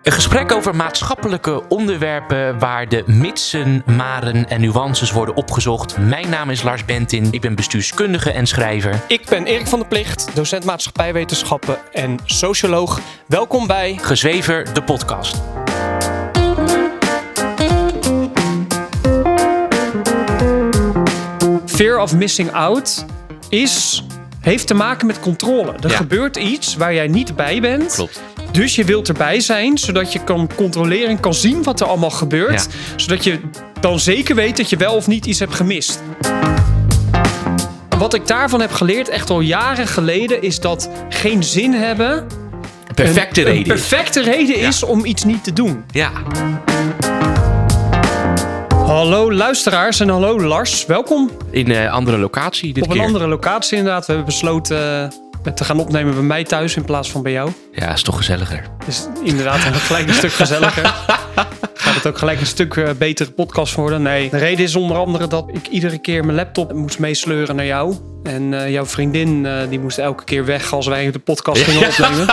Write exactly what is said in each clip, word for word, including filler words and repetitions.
Een gesprek over maatschappelijke onderwerpen waar de mitsen, maren en nuances worden opgezocht. Mijn naam is Lars Bentin, ik ben bestuurskundige en schrijver. Ik ben Erik van der Plicht, docent maatschappijwetenschappen en socioloog. Welkom bij Gezwever, de podcast. Fear of missing out is, heeft te maken met controle. Er Ja. gebeurt iets waar jij niet bij bent. Klopt. Dus je wilt erbij zijn, zodat je kan controleren en kan zien wat er allemaal gebeurt. Ja. Zodat je dan zeker weet dat je wel of niet iets hebt gemist. Wat ik daarvan heb geleerd, echt al jaren geleden, is dat geen zin hebben Een perfecte een, reden. Een perfecte reden Ja. is om iets niet te doen. Ja. Hallo luisteraars en hallo Lars, welkom. In een andere locatie dit Op keer. een andere locatie inderdaad. We hebben besloten uh, te gaan opnemen bij mij thuis in plaats van bij jou. Ja, is toch gezelliger. Dus inderdaad een gelijk een stuk gezelliger. Gaat het ook gelijk een stuk uh, betere podcast worden? Nee, de reden is onder andere dat ik iedere keer mijn laptop moest meesleuren naar jou. En uh, jouw vriendin uh, die moest elke keer weg als wij de podcast gingen opnemen.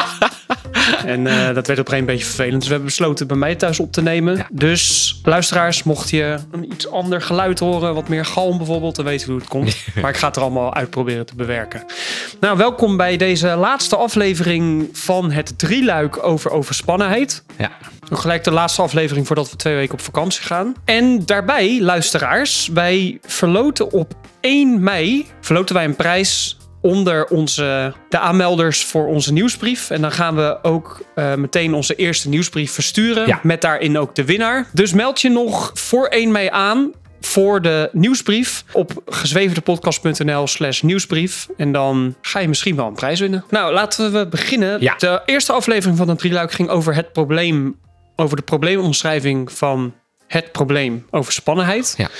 En uh, dat werd op een gegeven moment een beetje vervelend. Dus we hebben besloten bij mij thuis op te nemen. Ja. Dus luisteraars, mocht je een iets ander geluid horen, wat meer galm bijvoorbeeld, dan weten we hoe het komt. Maar ik ga het er allemaal uit proberen te bewerken. Nou, welkom bij deze laatste aflevering van het drieluik over overspannenheid. Ja. Ook gelijk de laatste aflevering voordat we twee weken op vakantie gaan. En daarbij, luisteraars, wij verloten op één mei verloten wij een prijs onder onze, de aanmelders voor onze nieuwsbrief. En dan gaan we ook uh, meteen onze eerste nieuwsbrief versturen. Ja. Met daarin ook de winnaar. Dus meld je nog voor één mei aan voor de nieuwsbrief op gezweverdepodcast.nl slash nieuwsbrief. En dan ga je misschien wel een prijs winnen. Nou, laten we beginnen. Ja. De eerste aflevering van het drieluik ging over het probleem, over de probleemomschrijving van het probleem overspannenheid. Ja.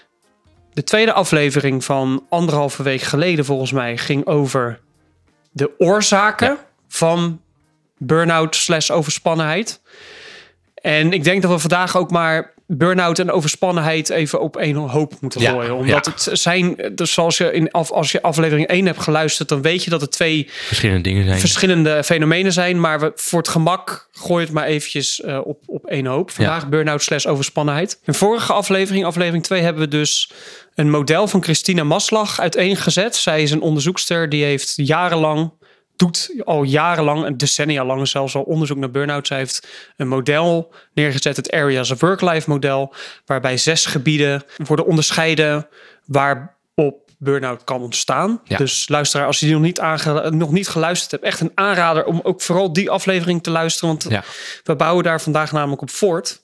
De tweede aflevering van anderhalve week geleden volgens mij ging over de oorzaken Ja. van burn-out slash overspannenheid. En ik denk dat we vandaag ook maar burn-out en overspannenheid even op één hoop moeten Ja, gooien. Omdat ja. het zijn, dus zoals je in af, als je aflevering één hebt geluisterd, dan weet je dat het twee Verschillende dingen zijn. verschillende fenomenen zijn. Maar we, voor het gemak gooi het maar eventjes uh, op, op één hoop. Vandaag Ja. burn-out slash overspannenheid. In vorige aflevering, aflevering twee, hebben we dus een model van Christina Maslach uiteengezet. Zij is een onderzoekster die heeft jarenlang, doet al jarenlang, decennia lang zelfs al onderzoek naar burn-out. Zij heeft een model neergezet, het Areas of Work-Life model, waarbij zes gebieden worden onderscheiden waarop burn-out kan ontstaan. Ja. Dus luisteraar, als je die nog niet, aange- nog niet geluisterd hebt, echt een aanrader om ook vooral die aflevering te luisteren, want Ja. we bouwen daar vandaag namelijk op voort.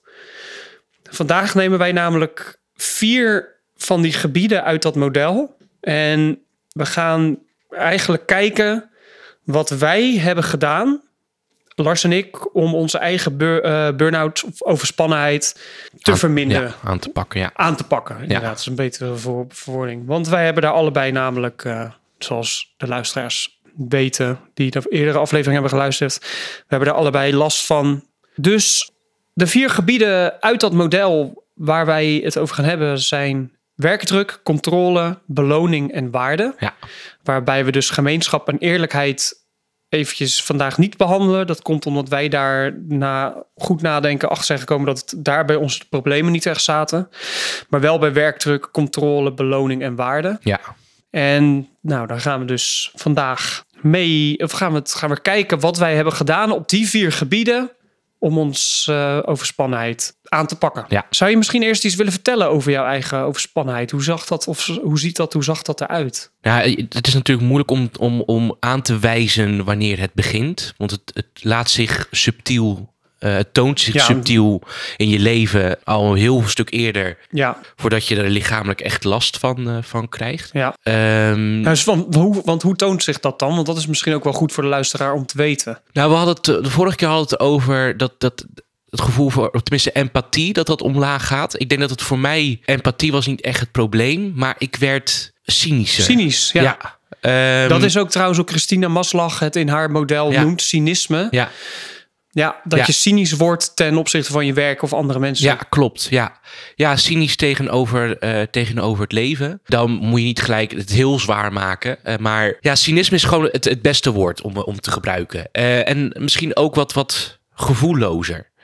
Vandaag nemen wij namelijk vier van die gebieden uit dat model. En we gaan eigenlijk kijken wat wij hebben gedaan, Lars en ik, om onze eigen bur- uh, burn-out of overspannenheid te Aan- verminderen. Ja, aan te pakken, ja. Aan te pakken, inderdaad. Dat is een betere voor- verwoording. Want wij hebben daar allebei namelijk, uh, zoals de luisteraars weten, die de eerdere aflevering hebben geluisterd, we hebben daar allebei last van. Dus de vier gebieden uit dat model waar wij het over gaan hebben zijn werkdruk, controle, beloning en waarde. Ja. Waarbij we dus gemeenschap en eerlijkheid eventjes vandaag niet behandelen. Dat komt omdat wij daar na goed nadenken achter zijn gekomen dat het daar bij ons de problemen niet echt zaten. Maar wel bij werkdruk, controle, beloning en waarde. Ja. En nou, daar gaan we dus vandaag mee, of gaan we, het, gaan we kijken wat wij hebben gedaan op die vier gebieden om ons uh, overspannenheid aan te pakken. Ja. Zou je misschien eerst iets willen vertellen over jouw eigen overspannenheid? Hoe zag dat, of hoe ziet dat, hoe zag dat eruit? Ja, het is natuurlijk moeilijk om, om, om aan te wijzen wanneer het begint. Want het, het laat zich subtiel, uh, het toont zich Ja. subtiel in je leven al een heel stuk eerder, Ja, voordat je er lichamelijk echt last van, uh, van krijgt. ja. Ehm, Nou, dus van, hoe, want hoe toont zich dat dan? Want dat is misschien ook wel goed voor de luisteraar om te weten. nou, we hadden het de vorige keer hadden we het over dat, dat het gevoel voor, of tenminste empathie, dat dat omlaag gaat. Ik denk dat het voor mij, empathie was niet echt het probleem, maar ik werd cynischer. Cynisch, ja. Ja. Ehm, Dat is ook trouwens hoe Christina Maslach het in haar model Ja. noemt, cynisme. Ja. Ja, dat Ja. je cynisch wordt ten opzichte van je werk of andere mensen. Ja, klopt. Ja, ja cynisch tegenover, uh, tegenover het leven. Dan moet je niet gelijk het heel zwaar maken. Uh, maar ja, cynisme is gewoon het, het beste woord om, om te gebruiken. Uh, en misschien ook wat, wat gevoellozer.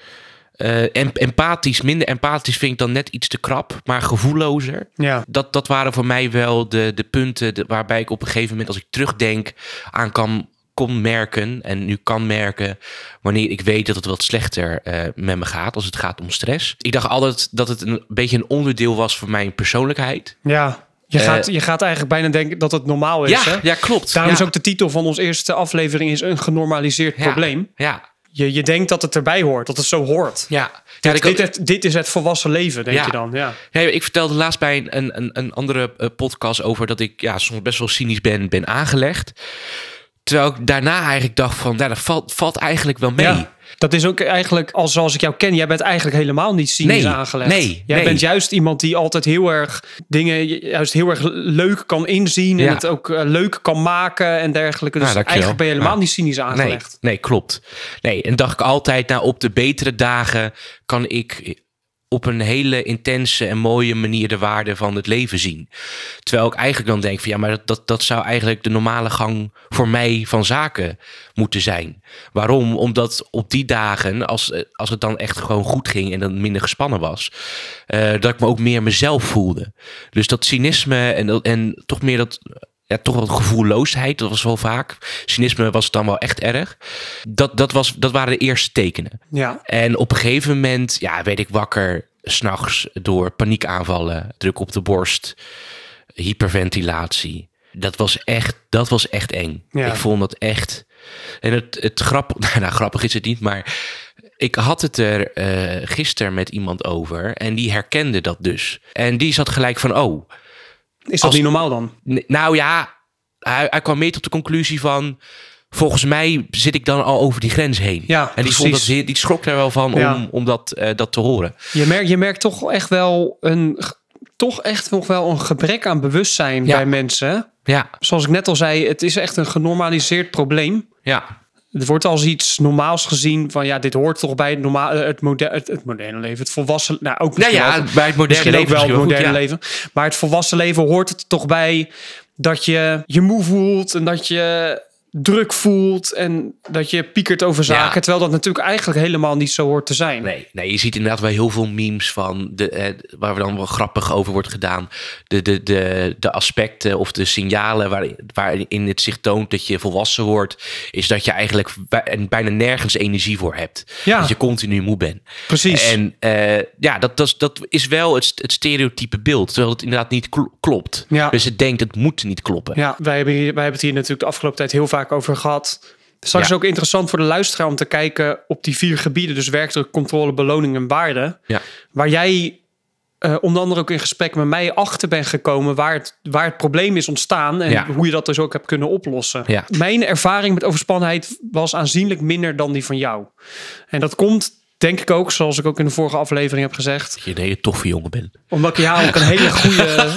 Uh, em- empathisch, minder empathisch vind ik dan net iets te krap, maar gevoellozer. Ja. Dat, dat waren voor mij wel de, de punten de, waarbij ik op een gegeven moment, als ik terugdenk, aan kan, kon merken en nu kan merken wanneer ik weet dat het wat slechter uh, met me gaat als het gaat om stress. Ik dacht altijd dat het een beetje een onderdeel was van mijn persoonlijkheid. Ja. Je gaat, uh, je gaat eigenlijk bijna denken dat het normaal is. Ja, hè? ja klopt. Daarom ja. is ook de titel van onze eerste aflevering is een genormaliseerd ja. probleem. Ja. Je, je denkt dat het erbij hoort, dat het zo hoort. Ja. Ja, dit, dit, dit, dit is het volwassen leven, denk ja. je dan. Ja. Ja, ik vertelde laatst bij een, een, een andere uh, podcast over dat ik ja, soms best wel cynisch ben, ben aangelegd. Terwijl ik daarna eigenlijk dacht van, nou, dat valt, valt eigenlijk wel mee. Ja. Dat is ook eigenlijk, als zoals ik jou ken, jij bent eigenlijk helemaal niet cynisch nee, aangelegd. Nee, jij nee. bent juist iemand die altijd heel erg dingen juist heel erg leuk kan inzien ja. en het ook uh, leuk kan maken en dergelijke. Dus nou, eigenlijk ben je helemaal ja. niet cynisch aangelegd. Nee, nee, klopt. Nee, en dacht ik altijd, nou, op de betere dagen kan ik op een hele intense en mooie manier de waarde van het leven zien. Terwijl ik eigenlijk dan denk van ja, maar dat, dat, dat zou eigenlijk de normale gang voor mij van zaken moeten zijn. Waarom? Omdat op die dagen, als, als het dan echt gewoon goed ging en dan minder gespannen was, uh, dat ik me ook meer mezelf voelde. Dus dat cynisme en, en toch meer dat... Ja, toch wat gevoelloosheid, dat was wel vaak. Cynisme was dan wel echt erg. Dat, dat, was, dat waren de eerste tekenen. Ja. En op een gegeven moment ja, werd ik wakker 's nachts door paniekaanvallen, druk op de borst, hyperventilatie. Dat was echt, dat was echt eng. Ja. Ik vond dat echt... En het, het grappig, nou, grappig is het niet, maar ik had het er uh, gisteren met iemand over en die herkende dat dus. En die zat gelijk van, oh... Is dat Als, niet normaal dan? Nou ja, hij, hij kwam mee tot de conclusie van... volgens mij zit ik dan al over die grens heen. Ja, en die, vond dat, die schrok er wel van ja. om, om dat, uh, dat te horen. Je merkt, je merkt toch echt wel een... toch echt nog wel een gebrek aan bewustzijn ja. bij mensen. Ja. Zoals ik net al zei, het is echt een genormaliseerd probleem. Ja. Het wordt als iets normaals gezien van ja, dit hoort toch bij het, normaal, het, moder, het, het moderne leven, het volwassen, nou ook nou ja, wel, bij het moderne leven ook wel het wel moderne goed, ja. leven, maar het volwassen leven hoort het toch bij dat je je moe voelt en dat je druk voelt en dat je piekert over zaken, ja. terwijl dat natuurlijk eigenlijk helemaal niet zo hoort te zijn. Nee, nee, je ziet inderdaad wel heel veel memes van de, eh, waar we dan wel grappig over wordt gedaan. De, de, de, de aspecten of de signalen waar, waarin het zich toont dat je volwassen wordt, is dat je eigenlijk bijna nergens energie voor hebt. Ja. Dat je continu moe bent. Precies. En uh, ja, dat, dat, dat is wel het, het stereotype beeld, terwijl het inderdaad niet klopt. Ja. Dus het denkt, het moet niet kloppen. Ja, wij hebben, hier, wij hebben het hier natuurlijk de afgelopen tijd heel vaak over gehad. Straks ja. is ook interessant voor de luisteraar om te kijken op die vier gebieden, dus werkdruk, controle, beloning en waarde. Ja. Waar jij uh, onder andere ook in gesprek met mij achter bent gekomen waar het, waar het probleem is ontstaan en ja. hoe je dat dus ook hebt kunnen oplossen. Ja. Mijn ervaring met overspannenheid was aanzienlijk minder dan die van jou. En dat komt, denk ik ook, zoals ik ook in de vorige aflevering heb gezegd, dat je een hele toffe jongen bent. Omdat ik ja ook een hele goede,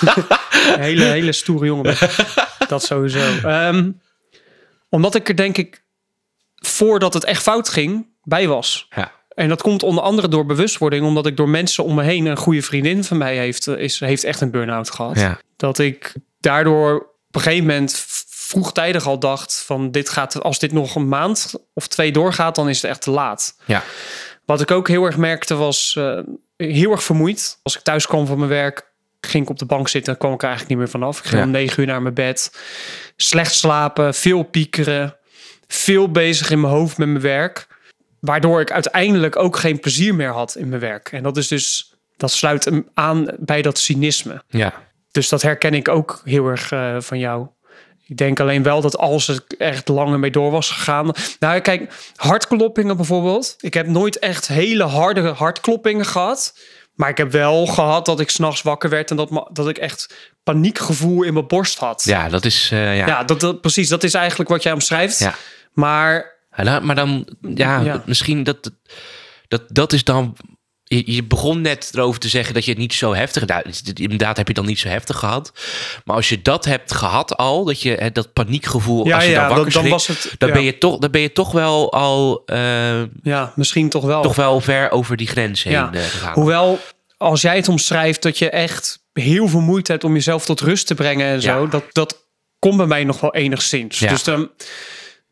een hele, hele stoere jongen ben. Dat sowieso. Um, Omdat ik er denk ik, voordat het echt fout ging, bij was. Ja. En dat komt onder andere door bewustwording. Omdat ik door mensen om me heen, een goede vriendin van mij heeft, is, heeft echt een burn-out gehad. Ja. Dat ik daardoor op een gegeven moment vroegtijdig al dacht van dit gaat, als dit nog een maand of twee doorgaat, dan is het echt te laat. Ja. Wat ik ook heel erg merkte was uh, heel erg vermoeid. Als ik thuis kwam van mijn werk, ging ik op de bank zitten en kwam ik er eigenlijk niet meer vanaf. Ik ging ja. om negen uur naar mijn bed. Slecht slapen, veel piekeren. Veel bezig in mijn hoofd met mijn werk. Waardoor ik uiteindelijk ook geen plezier meer had in mijn werk. En dat is dus, dat sluit hem aan bij dat cynisme. Ja. Dus dat herken ik ook heel erg uh, van jou. Ik denk alleen wel dat als het echt langer mee door was gegaan. Nou, kijk, hartkloppingen bijvoorbeeld. Ik heb nooit echt hele harde hartkloppingen gehad. Maar ik heb wel gehad dat ik 's nachts wakker werd en dat, dat ik echt paniekgevoel in mijn borst had. Ja, dat is... Uh, ja, ja dat, dat, precies. Dat is eigenlijk wat jij omschrijft. Ja. Maar... Ja, maar dan... Ja, ja. misschien dat... Dat, dat is dan... Je, je begon net erover te zeggen dat je het niet zo heftig... Nou, inderdaad heb je dan niet zo heftig gehad. Maar als je dat hebt gehad al, dat je dat paniekgevoel... Ja, als je ja, dan wakker dan, dan schrikt, was het, dan, ja. ben je toch, dan ben je toch wel al... Uh, ja, misschien toch wel. Toch wel ver over die grens heen ja. uh, gegaan. Hoewel, als jij het omschrijft dat je echt heel veel moeite hebt om jezelf tot rust te brengen en zo... Ja. Dat, dat komt bij mij nog wel enigszins. Ja. Dus dan...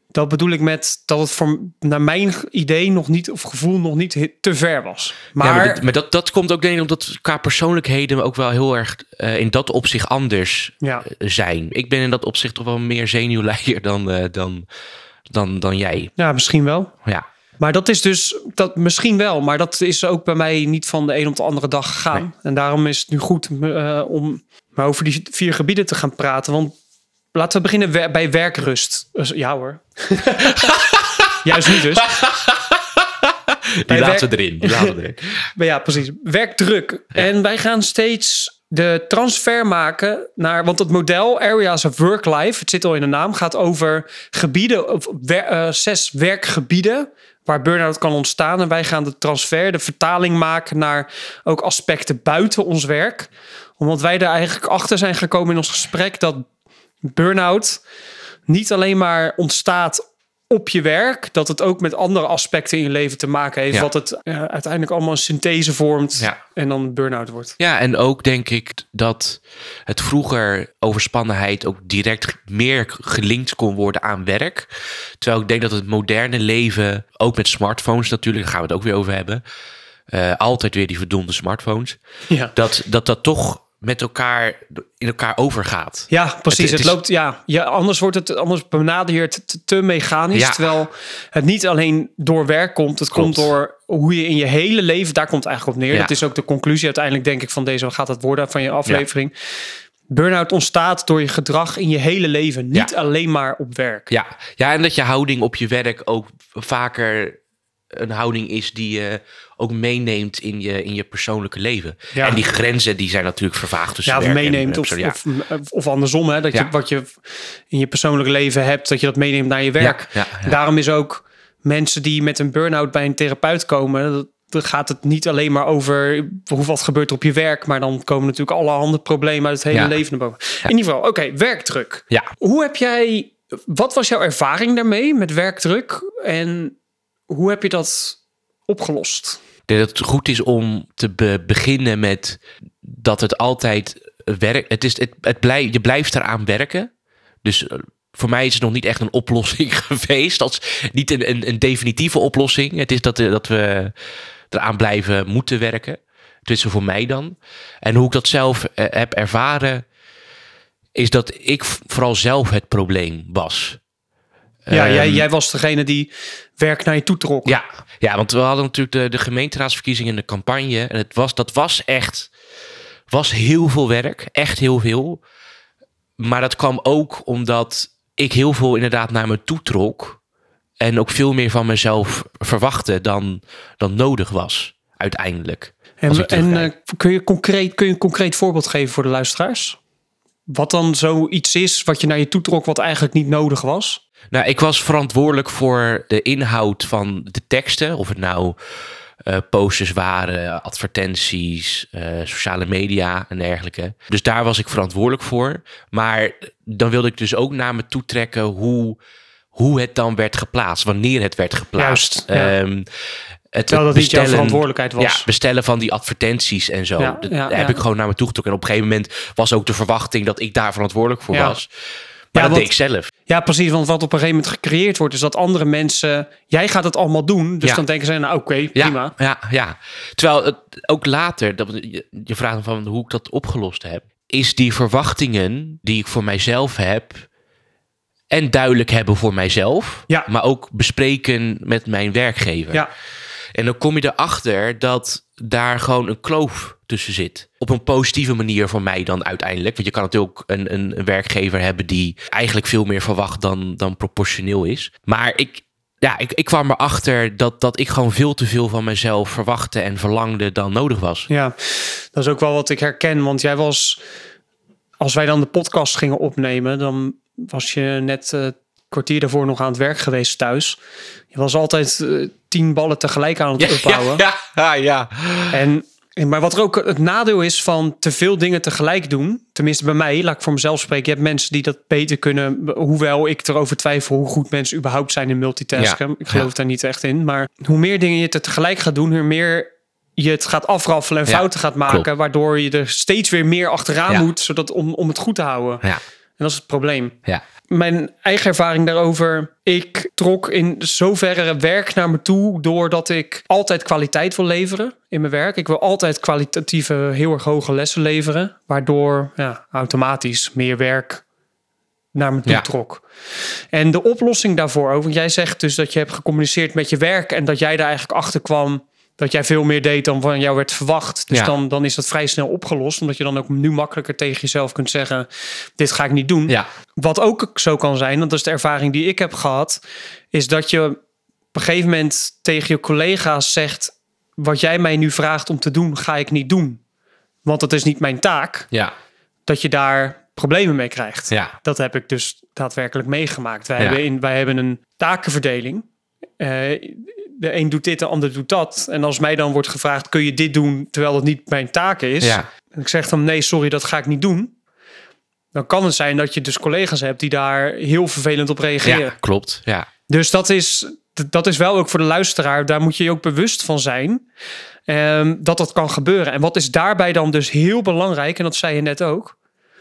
Dat bedoel ik met dat het voor, naar mijn idee nog niet, of gevoel nog niet te ver was. Maar, ja, maar, dit, maar dat, dat komt ook denk ik omdat qua persoonlijkheden ook wel heel erg uh, in dat opzicht anders ja. uh, zijn. Ik ben in dat opzicht toch wel meer zenuwleier dan, uh, dan, dan, dan jij. Ja, misschien wel. Ja. Maar dat is dus, dat misschien wel, maar dat is ook bij mij niet van de een op de andere dag gegaan. Nee. En daarom is het nu goed uh, om maar over die vier gebieden te gaan praten. Want laten we beginnen wer- bij werkrust. Uh, ja hoor. Juist niet dus. Die bij laten werk... we erin. Die laten we erin. Ja, precies. Werkdruk. Ja. En wij gaan steeds de transfer maken naar... Want het model Areas of Work Life, het zit al in de naam, gaat over gebieden, of wer, uh, zes werkgebieden waar burn-out kan ontstaan. En wij gaan de transfer, de vertaling maken naar ook aspecten buiten ons werk. Omdat wij er eigenlijk achter zijn gekomen in ons gesprek dat burn-out niet alleen maar ontstaat op je werk, dat het ook met andere aspecten in je leven te maken heeft. Ja. Wat het uh, uiteindelijk allemaal een synthese vormt ja. en dan burn-out wordt. Ja, en ook denk ik dat het vroeger overspannenheid ook direct meer gelinkt kon worden aan werk. Terwijl ik denk dat het moderne leven, ook met smartphones natuurlijk, daar gaan we het ook weer over hebben, uh, altijd weer die verdomde smartphones, ja. dat, dat dat toch met elkaar in elkaar overgaat. Ja, precies. Het, het, het loopt, ja, ja, anders wordt het anders benader je het te, te mechanisch. Ja. Terwijl het niet alleen door werk komt. Het Klopt. komt door hoe je in je hele leven, daar komt het eigenlijk op neer. Ja. Dat is ook de conclusie uiteindelijk, denk ik, van deze gaat het worden van je aflevering. Ja. Burn-out ontstaat door je gedrag in je hele leven. Niet ja. alleen maar op werk. Ja. ja, en dat je houding op je werk ook vaker een houding is die je ook meeneemt in je, in je persoonlijke leven. Ja. En die grenzen die zijn natuurlijk vervaagd tussen ja, of werk meeneemt en, of, ja. of, of andersom. Hè, dat ja. je wat je in je persoonlijke leven hebt, dat je dat meeneemt naar je werk. Ja, ja, ja. Daarom is ook mensen die met een burn-out bij een therapeut komen, dan gaat het niet alleen maar over wat gebeurt er op je werk, maar dan komen natuurlijk allerhande problemen uit het hele ja. leven naar boven. Ja. In ieder geval, oké, okay, werkdruk. Ja. Hoe heb jij, wat was jouw ervaring daarmee met werkdruk en hoe heb je dat opgelost? Ik denk dat het goed is om te be- beginnen met dat het altijd werkt. Het is, het, het blij, je blijft eraan werken. Dus uh, voor mij is het nog niet echt een oplossing geweest. Dat is niet een, een, een definitieve oplossing. Het is dat, uh, dat we eraan blijven moeten werken. Tenminste voor mij dan. En hoe ik dat zelf uh, heb ervaren, is dat ik vooral zelf het probleem was. Ja, um, jij, jij was degene die werk naar je toe trok. Ja, ja, want we hadden natuurlijk de, de gemeenteraadsverkiezingen en de campagne. En het was, dat was echt was heel veel werk. Echt heel veel. Maar dat kwam ook omdat ik heel veel inderdaad naar me toe trok. En ook veel meer van mezelf verwachtte dan, dan nodig was, uiteindelijk. En, en uh, kun, je concreet, kun je een concreet voorbeeld geven voor de luisteraars? Wat dan zoiets is wat je naar je toe trok wat eigenlijk niet nodig was? Nou, ik was verantwoordelijk voor de inhoud van de teksten. Of het nou uh, posters waren, advertenties, uh, sociale media en dergelijke. Dus daar was ik verantwoordelijk voor. Maar dan wilde ik dus ook naar me toe trekken hoe, hoe het dan werd geplaatst. Wanneer het werd geplaatst. Juist, ja. um, Het, Terwijl dat niet jouw verantwoordelijkheid was. Ja, bestellen van die advertenties en zo. Ja, dat ja, heb ja. ik gewoon naar me toe getrokken. En op een gegeven moment was ook de verwachting dat ik daar verantwoordelijk voor ja. was. Maar ja, dat want, deed ik zelf. Ja, precies. Want wat op een gegeven moment gecreëerd wordt, is dat andere mensen, jij gaat het allemaal doen. Dus ja. dan denken ze, nou oké, okay, prima. Ja, ja, ja. Terwijl het ook later, dat, je, je vraagt van hoe ik dat opgelost heb, is die verwachtingen die ik voor mijzelf heb en duidelijk hebben voor mijzelf, ja. maar ook bespreken met mijn werkgever. Ja. En dan kom je erachter dat daar gewoon een kloof tussen zit. Op een positieve manier voor mij dan uiteindelijk. Want je kan natuurlijk ook een, een werkgever hebben die eigenlijk veel meer verwacht dan, dan proportioneel is. Maar ik, ja, ik, ik kwam erachter dat, dat ik gewoon veel te veel van mezelf verwachtte en verlangde dan nodig was. Ja, dat is ook wel wat ik herken. Want jij was, als wij dan de podcast gingen opnemen, dan was je net uh, kwartier daarvoor nog aan het werk geweest thuis. Je was altijd uh, tien ballen tegelijk aan het ja, opbouwen. Ja, ja, ja. En, maar wat er ook het nadeel is van te veel dingen tegelijk doen, tenminste bij mij, laat ik voor mezelf spreken. Je hebt mensen die dat beter kunnen, hoewel ik erover twijfel hoe goed mensen überhaupt zijn in multitasken. Ja, ik geloof ja. daar niet echt in. Maar hoe meer dingen je te tegelijk gaat doen, hoe meer je het gaat afraffelen en ja, fouten gaat maken, klopt. Waardoor je er steeds weer meer achteraan ja. moet, zodat om, om het goed te houden. Ja. dat is het probleem. Ja. Mijn eigen ervaring daarover. Ik trok in zoverre werk naar me toe doordat ik altijd kwaliteit wil leveren in mijn werk. Ik wil altijd kwalitatieve, heel erg hoge lessen leveren. Waardoor ja, automatisch meer werk naar me toe Ja. trok. En de oplossing daarvoor ook. Want jij zegt dus dat je hebt gecommuniceerd met je werk. En dat jij daar eigenlijk achter kwam dat jij veel meer deed dan van jou werd verwacht. Dus Ja. dan, dan is dat vrij snel opgelost. Omdat je dan ook nu makkelijker tegen jezelf kunt zeggen, dit ga ik niet doen. Ja. Wat ook zo kan zijn, want dat is de ervaring die ik heb gehad, is dat je op een gegeven moment tegen je collega's zegt, wat jij mij nu vraagt om te doen, ga ik niet doen. Want dat is niet mijn taak. Ja. Dat je daar problemen mee krijgt. Ja. Dat heb ik dus daadwerkelijk meegemaakt. Wij, Ja. hebben, in, wij hebben een takenverdeling. Uh, de een doet dit, de ander doet dat. En als mij dan wordt gevraagd, kun je dit doen terwijl dat niet mijn taak is? Ja. En ik zeg dan, nee, sorry, dat ga ik niet doen. Dan kan het zijn dat je dus collega's hebt die daar heel vervelend op reageren. Ja, klopt. Ja. Dus dat is, dat is wel ook voor de luisteraar, daar moet je je ook bewust van zijn. Um, dat dat kan gebeuren. En wat is daarbij dan dus heel belangrijk, en dat zei je net ook,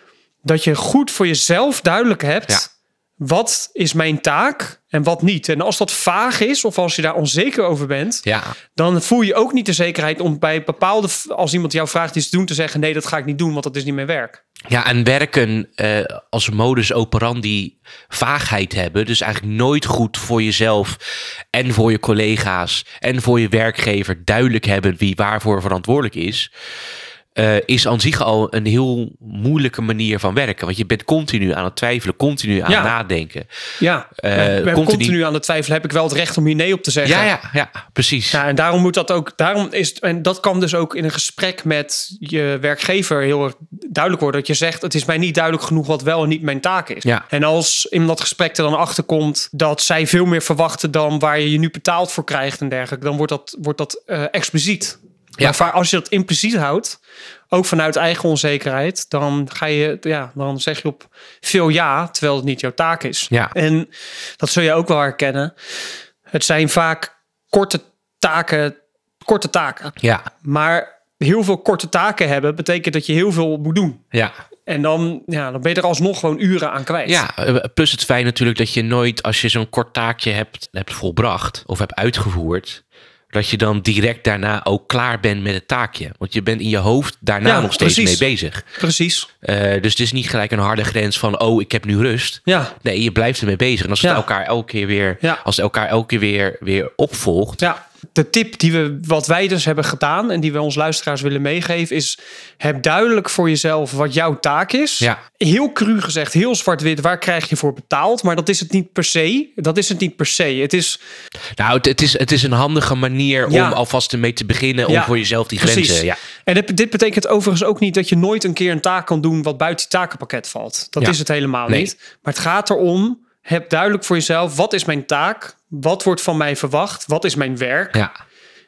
dat je goed voor jezelf duidelijk hebt, Ja. wat is mijn taak en wat niet. En als dat vaag is, of als je daar onzeker over bent, Ja. dan voel je ook niet de zekerheid om bij bepaalde, als iemand jou vraagt iets te doen, te zeggen, nee, dat ga ik niet doen, want dat is niet mijn werk. Ja, en werken uh, als modus operandi vaagheid hebben. Dus eigenlijk nooit goed voor jezelf en voor je collega's en voor je werkgever duidelijk hebben wie waarvoor verantwoordelijk is. Uh, is aan zich al een heel moeilijke manier van werken. Want je bent continu aan het twijfelen, continu aan Ja. het nadenken. Ja, Uh, we hebben continu... continu aan het twijfelen. Heb ik wel het recht om hier nee op te zeggen? Ja, ja, ja, precies. Ja, en daarom moet dat ook. Daarom is en dat kan dus ook in een gesprek met je werkgever heel erg duidelijk worden. Dat je zegt: het is mij niet duidelijk genoeg wat wel en niet mijn taak is. Ja. En als in dat gesprek er dan achter komt dat zij veel meer verwachten dan waar je je nu betaald voor krijgt en dergelijke, dan wordt dat, wordt dat uh, expliciet. Ja. Maar als je dat impliciet houdt, ook vanuit eigen onzekerheid, dan ga je, ja, dan zeg je op veel ja, terwijl het niet jouw taak is. Ja. En dat zul je ook wel herkennen. Het zijn vaak korte taken, korte taken. Ja. Maar heel veel korte taken hebben betekent dat je heel veel moet doen. Ja. En dan, ja, dan ben je er alsnog gewoon uren aan kwijt. Ja, plus het feit natuurlijk dat je nooit, als je zo'n kort taakje hebt, hebt volbracht of hebt uitgevoerd, dat je dan direct daarna ook klaar bent met het taakje. Want je bent in je hoofd daarna Ja, nog steeds precies. mee bezig. Precies. Uh, dus het is niet gelijk een harde grens van, oh, ik heb nu rust. Ja. Nee, je blijft ermee bezig. En als het Ja. elkaar elke keer weer, Ja. als het elkaar elke keer weer, weer opvolgt. Ja. De tip die we, wat wij dus hebben gedaan en die we ons luisteraars willen meegeven, is: heb duidelijk voor jezelf wat jouw taak is. Ja. Heel cru gezegd, heel zwart-wit, waar krijg je voor betaald? Maar dat is het niet per se. Dat is het niet per se. Het is. Nou, het, het, is, het is een handige manier Ja. om alvast ermee te beginnen. Om Ja, voor jezelf die precies. grenzen. Ja. En dit, dit betekent overigens ook niet dat je nooit een keer een taak kan doen wat buiten je takenpakket valt. Dat Ja. is het helemaal Nee. niet. Maar het gaat erom: heb duidelijk voor jezelf, wat is mijn taak? Wat wordt van mij verwacht? Wat is mijn werk? Ja.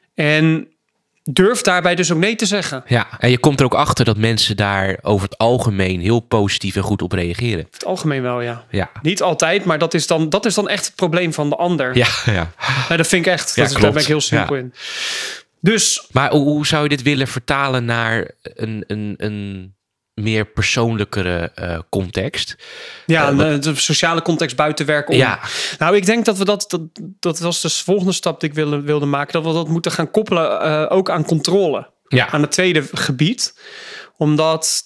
En durf daarbij dus ook nee te zeggen. Ja, en je komt er ook achter dat mensen daar over het algemeen heel positief en goed op reageren. In het algemeen wel, ja. Ja. Niet altijd, maar dat is dan, dat is dan echt het probleem van de ander. Ja, ja. Nee, dat vind ik echt. Ja, Dat is, daar klopt. ben ik heel simpel Ja. in. Dus Maar hoe, hoe zou je dit willen vertalen naar een, een, een meer persoonlijkere uh, context? ja, Uh, wat- de sociale context buiten werk om. Ja. Nou, ik denk dat we dat, dat, dat was de volgende stap die ik wilde, wilde maken. Dat we dat moeten gaan koppelen uh, ook aan controle. Ja. Aan het tweede gebied. Omdat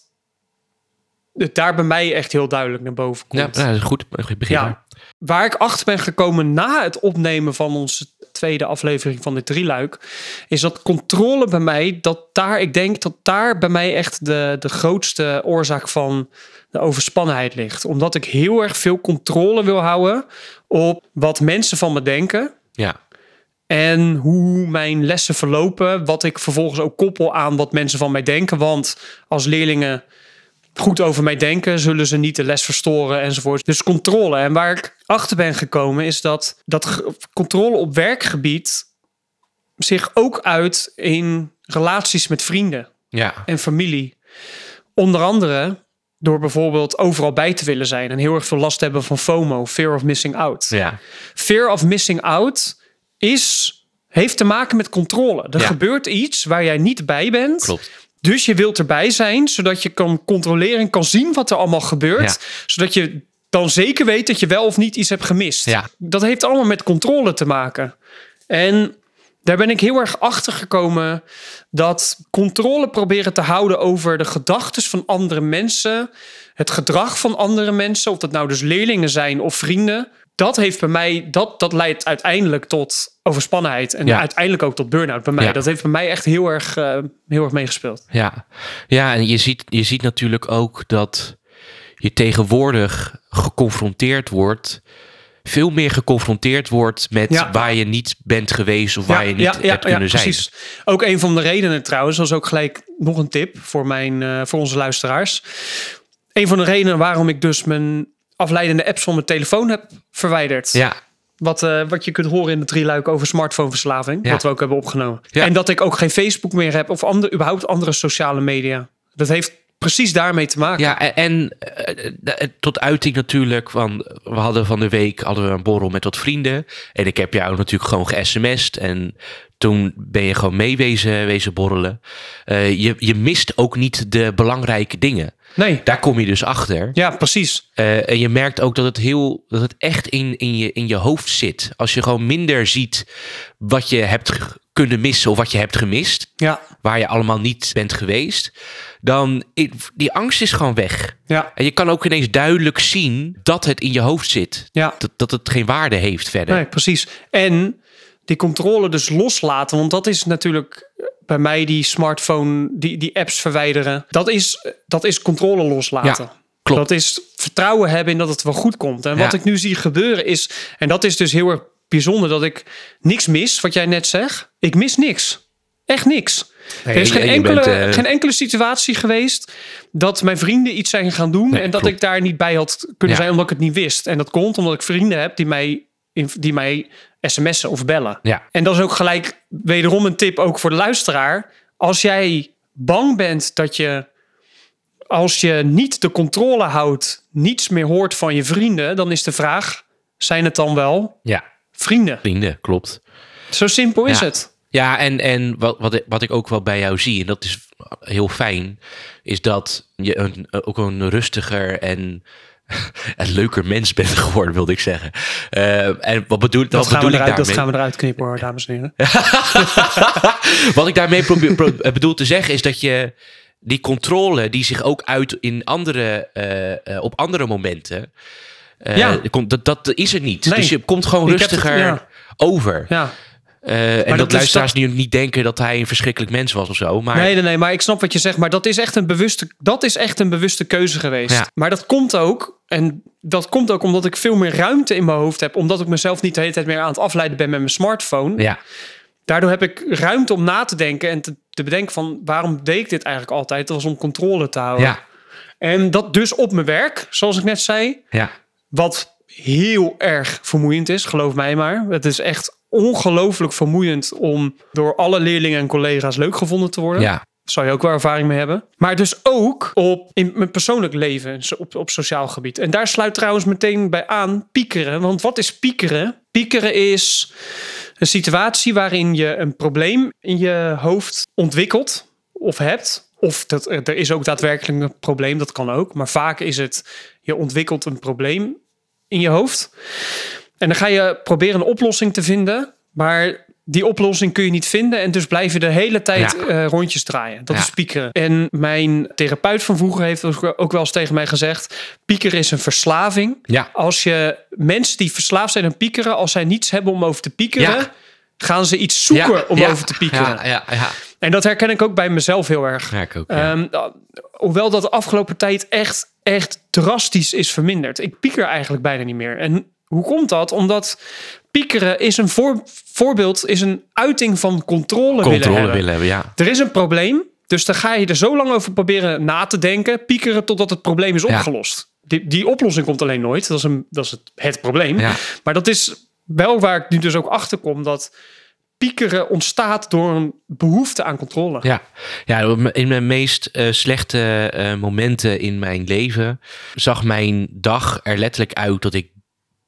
het daar bij mij echt heel duidelijk naar boven Ja, komt. nou, dat is goed. Ik begin Ja. daar. Waar ik achter ben gekomen na het opnemen van onze tweede aflevering van dit drieluik, is dat controle bij mij, dat daar, ik denk dat daar bij mij echt de, de grootste oorzaak van de overspannenheid ligt. Omdat ik heel erg veel controle wil houden op wat mensen van me denken. Ja. En hoe mijn lessen verlopen, wat ik vervolgens ook koppel aan wat mensen van mij denken. Want als leerlingen goed over mij denken, zullen ze niet de les verstoren enzovoort. Dus controle. En waar ik achter ben gekomen is dat, dat ge- controle op werkgebied zich ook uit in relaties met vrienden Ja. en familie. Onder andere door bijvoorbeeld overal bij te willen zijn en heel erg veel last hebben van FOMO, fear of missing out. Ja. Fear of missing out is, heeft te maken met controle. Er Ja. gebeurt iets waar jij niet bij bent. Klopt. Dus je wilt erbij zijn, zodat je kan controleren en kan zien wat er allemaal gebeurt. Ja. Zodat je dan zeker weet dat je wel of niet iets hebt gemist. Ja. Dat heeft allemaal met controle te maken. En daar ben ik heel erg achter gekomen dat controle proberen te houden over de gedachten van andere mensen, het gedrag van andere mensen, of dat nou dus leerlingen zijn of vrienden, dat heeft bij mij, dat, dat leidt uiteindelijk tot overspannenheid en Ja. uiteindelijk ook tot burn-out bij mij. Ja. Dat heeft bij mij echt heel erg, uh, heel erg meegespeeld. Ja, ja en je ziet, je ziet natuurlijk ook dat je tegenwoordig geconfronteerd wordt, veel meer geconfronteerd wordt met Ja. waar je niet bent geweest of waar Ja, je niet ja, ja, hebt kunnen ja, zijn. precies. Ook een van de redenen trouwens, dat is ook gelijk nog een tip voor, mijn, uh, voor onze luisteraars. Een van de redenen waarom ik dus mijn afleidende apps van mijn telefoon heb verwijderd. Ja, Wat, uh, wat je kunt horen in de drieluik over smartphoneverslaving. Ja. Wat we ook hebben opgenomen. Ja. En dat ik ook geen Facebook meer heb of ander, überhaupt andere sociale media. Dat heeft precies daarmee te maken. ja en, en uh, tot uiting natuurlijk. Van, we hadden van de week hadden we een borrel met wat vrienden. En ik heb jou natuurlijk gewoon ge-sms'd. En toen ben je gewoon mee wezen, wezen borrelen. Uh, je, je mist ook niet de belangrijke dingen. Nee. Daar kom je dus achter. Ja, precies. Uh, en je merkt ook dat het heel, dat het echt in, in, je, in je hoofd zit. Als je gewoon minder ziet wat je hebt g- kunnen missen of wat je hebt gemist, Ja. waar je allemaal niet bent geweest, dan die angst is gewoon weg. Ja. En je kan ook ineens duidelijk zien dat het in je hoofd zit. Ja. Dat, dat het geen waarde heeft verder. Nee, precies. En die controle dus loslaten, want dat is natuurlijk bij mij die smartphone, die, die apps verwijderen. Dat is, dat is controle loslaten. Ja, klopt. Dat is vertrouwen hebben in dat het wel goed komt. En wat Ja. ik nu zie gebeuren is, en dat is dus heel erg bijzonder, dat ik niks mis, wat jij net zegt. Ik mis niks. Echt niks. Nee, er is je- geen je enkele, bent, uh, geen enkele situatie geweest dat mijn vrienden iets zijn gaan doen Nee, en dat klopt. ik daar niet bij had kunnen Ja. zijn omdat ik het niet wist. En dat komt omdat ik vrienden heb die mij, die mij sms'en of bellen. Ja. En dat is ook gelijk wederom een tip ook voor de luisteraar. Als jij bang bent dat je, als je niet de controle houdt, niets meer hoort van je vrienden, dan is de vraag, zijn het dan wel Ja, vrienden? vrienden, klopt. Zo simpel is Ja. het. Ja, en, en wat, wat, ik- wat ik ook wel bij jou zie, en dat is heel fijn, is dat je een, ook een rustiger en, en leuker mens bent geworden, wilde ik zeggen. Uh, en wat bedoel, Dat, wat gaan we, bedoel ik eruit, dat daarmee? gaan we eruit knippen hoor, dames en heren. Wat ik daarmee probeer, pro, bedoel te zeggen is dat je die controle die zich ook uit in andere, uh, uh, op andere momenten, uh, Ja. komt, dat, dat is er niet. Nee. Dus je komt gewoon Ik heb het- rustiger ja. over. Ja. Uh, en dat dat is luisteraars nu niet denken dat hij een verschrikkelijk mens was of zo. Maar Nee, nee, nee, maar ik snap wat je zegt. Maar dat is echt een bewuste, dat is echt een bewuste keuze geweest. Ja. Maar dat komt ook, en dat komt ook omdat ik veel meer ruimte in mijn hoofd heb. Omdat ik mezelf niet de hele tijd meer aan het afleiden ben met mijn smartphone. ja, Daardoor heb ik ruimte om na te denken en te, te bedenken van waarom deed ik dit eigenlijk altijd? Dat was om controle te houden. ja, En dat dus op mijn werk, zoals ik net zei, ja, wat heel erg vermoeiend is, geloof mij maar. Het is echt ongelooflijk vermoeiend om door alle leerlingen en collega's leuk gevonden te worden. ja, Daar zou je ook wel ervaring mee hebben. Maar dus ook op, in mijn persoonlijk leven, op, op sociaal gebied. En daar sluit trouwens meteen bij aan piekeren. Want wat is piekeren? Piekeren is een situatie waarin je een probleem in je hoofd ontwikkelt of hebt. Of dat, er is ook daadwerkelijk een probleem, dat kan ook. Maar vaak is het, je ontwikkelt een probleem in je hoofd. En dan ga je proberen een oplossing te vinden. Maar die oplossing kun je niet vinden. En dus blijf je de hele tijd Ja. uh, rondjes draaien. Dat Ja. is piekeren. En mijn therapeut van vroeger heeft ook wel eens tegen mij gezegd: piekeren is een verslaving. ja, Als je mensen die verslaafd zijn aan piekeren, als zij niets hebben om over te piekeren, Ja. gaan ze iets zoeken ja, om ja, over te piekeren. Ja, ja, ja. En dat herken ik ook bij mezelf heel erg. Ja, ik ook, ja. Ehm, hoewel dat de afgelopen tijd echt, echt drastisch is verminderd. Ik pieker eigenlijk bijna niet meer. En hoe komt dat? Omdat piekeren is een voor, voorbeeld, is een uiting van controle, willen Controle hebben. willen hebben, ja. Er is een probleem, dus dan ga je er zo lang over proberen na te denken, piekeren totdat het probleem is Ja. opgelost. Die, die oplossing komt alleen nooit. Dat is, een, dat is het, het probleem. Ja. Maar dat is wel waar ik nu dus ook achter kom, dat piekeren ontstaat door een behoefte aan controle. Ja, ja, in mijn meest uh, slechte uh, momenten in mijn leven zag mijn dag er letterlijk uit dat ik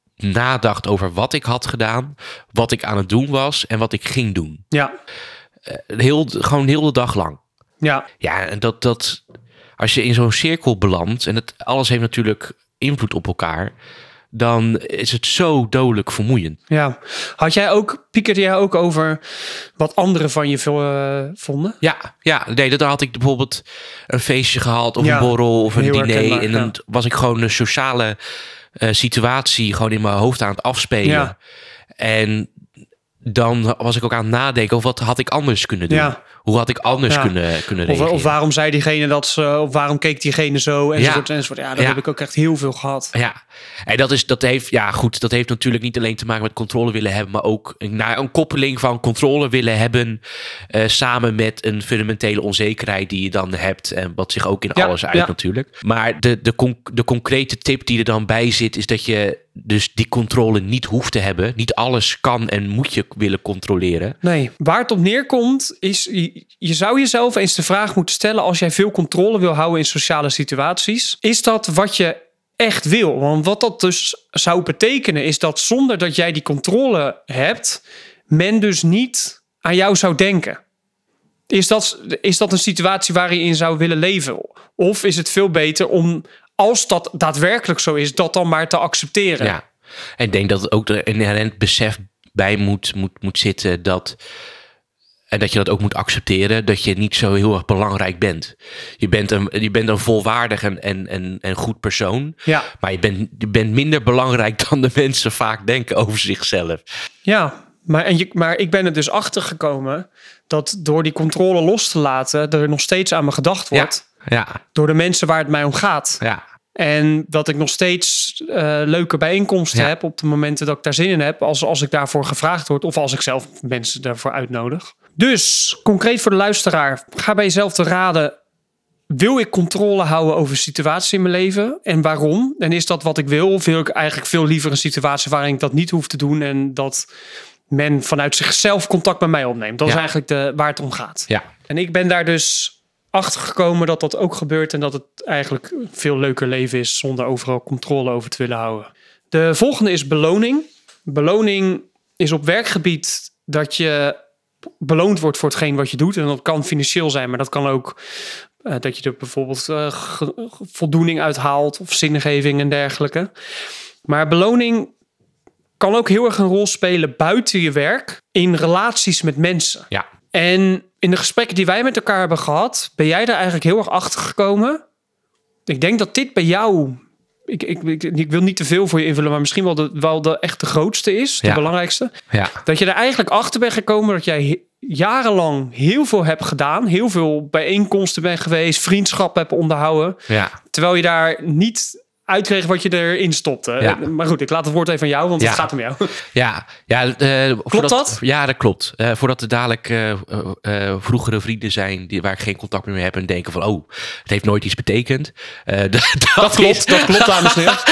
nadacht over wat ik had gedaan, wat ik aan het doen was en wat ik ging doen. Ja. Uh, heel, gewoon heel de dag lang. Ja, Ja, en dat, dat als je in zo'n cirkel belandt en het alles heeft natuurlijk invloed op elkaar, dan is het zo dodelijk vermoeiend. ja. Had jij ook, piekerde jij ook over wat anderen van je uh, vonden? Ja, ja, nee, dat had ik bijvoorbeeld een feestje gehad of Ja, een borrel of een heel diner. herkenbaar, En dan ja. was ik gewoon een sociale uh, situatie gewoon in mijn hoofd aan het afspelen. Ja. En dan was ik ook aan het nadenken over wat had ik anders kunnen doen. Ja. Hoe had ik anders Ja. kunnen, kunnen Of, reageren. of waarom zei diegene dat ze, of waarom keek diegene zo, enzovoort, Ja. enzovoort. Ja, dat Ja. heb ik ook echt heel veel gehad. Ja, en dat is dat heeft ja goed, dat heeft natuurlijk niet alleen te maken met controle willen hebben, maar ook nou, een koppeling van controle willen hebben uh, samen met een fundamentele onzekerheid die je dan hebt en wat zich ook in Ja, alles uit ja. natuurlijk. Maar de de, con- de concrete tip die er dan bij zit is dat je dus die controle niet hoeft te hebben. Niet alles kan en moet je willen controleren. Nee, waar het op neerkomt is, je, je zou jezelf eens de vraag moeten stellen als jij veel controle wil houden in sociale situaties. Is dat wat je echt wil? Want wat dat dus zou betekenen is dat zonder dat jij die controle hebt, men dus niet aan jou zou denken. Is dat, is dat een situatie waar je in zou willen leven? Of is het veel beter om, als dat daadwerkelijk zo is, dat dan maar te accepteren? Ja, en ik denk dat het ook er inherent besef bij moet, moet, moet zitten dat. En dat je dat ook moet accepteren, dat je niet zo heel erg belangrijk bent. Je bent een, je bent een volwaardig en, en, en, en goed persoon. Ja. Maar je bent, je bent minder belangrijk dan de mensen vaak denken over zichzelf. Ja, maar, en je, maar ik ben er dus achter gekomen dat door die controle los te laten, er nog steeds aan me gedacht wordt. Ja, ja, Door de mensen waar het mij om gaat. ja. En dat ik nog steeds uh, leuke bijeenkomsten Ja. heb op de momenten dat ik daar zin in heb. Als, als ik daarvoor gevraagd word of als ik zelf mensen daarvoor uitnodig. Dus, concreet voor de luisteraar. Ga bij jezelf te raden. Wil ik controle houden over een situatie in mijn leven? En waarom? En is dat wat ik wil? Of wil ik eigenlijk veel liever een situatie waarin ik dat niet hoef te doen? En dat men vanuit zichzelf contact met mij opneemt. Dat Ja. is eigenlijk de, waar het om gaat. Ja. En ik ben daar dus achter gekomen dat dat ook gebeurt en dat het eigenlijk een veel leuker leven is zonder overal controle over te willen houden. De volgende is beloning. Beloning is op werkgebied dat je beloond wordt voor hetgeen wat je doet. En dat kan financieel zijn, maar dat kan ook uh, dat je er bijvoorbeeld uh, ge- voldoening uit haalt of zingeving en dergelijke. Maar beloning kan ook heel erg een rol spelen buiten je werk in relaties met mensen. Ja. En in de gesprekken die wij met elkaar hebben gehad, ben jij daar eigenlijk heel erg achter gekomen. Ik denk dat dit bij jou, ik, ik, ik, ik wil niet te veel voor je invullen, maar misschien wel de, wel de echt de grootste is, de Ja. belangrijkste. Ja. Dat je er eigenlijk achter bent gekomen dat jij he- jarenlang heel veel hebt gedaan, heel veel bijeenkomsten bent geweest, vriendschappen hebt onderhouden, Ja. terwijl je daar niet uitkreeg wat je erin stopte. Ja. Maar goed, ik laat het woord even aan jou, want Ja. het gaat om jou. Ja, ja uh, Klopt dat? Ja, dat klopt. Uh, voordat er dadelijk uh, uh, uh, vroegere vrienden zijn die, waar ik geen contact meer mee heb en denken van, oh, het heeft nooit iets betekend. Uh, dat, dat, Dat klopt, is... dat klopt, dames en heren.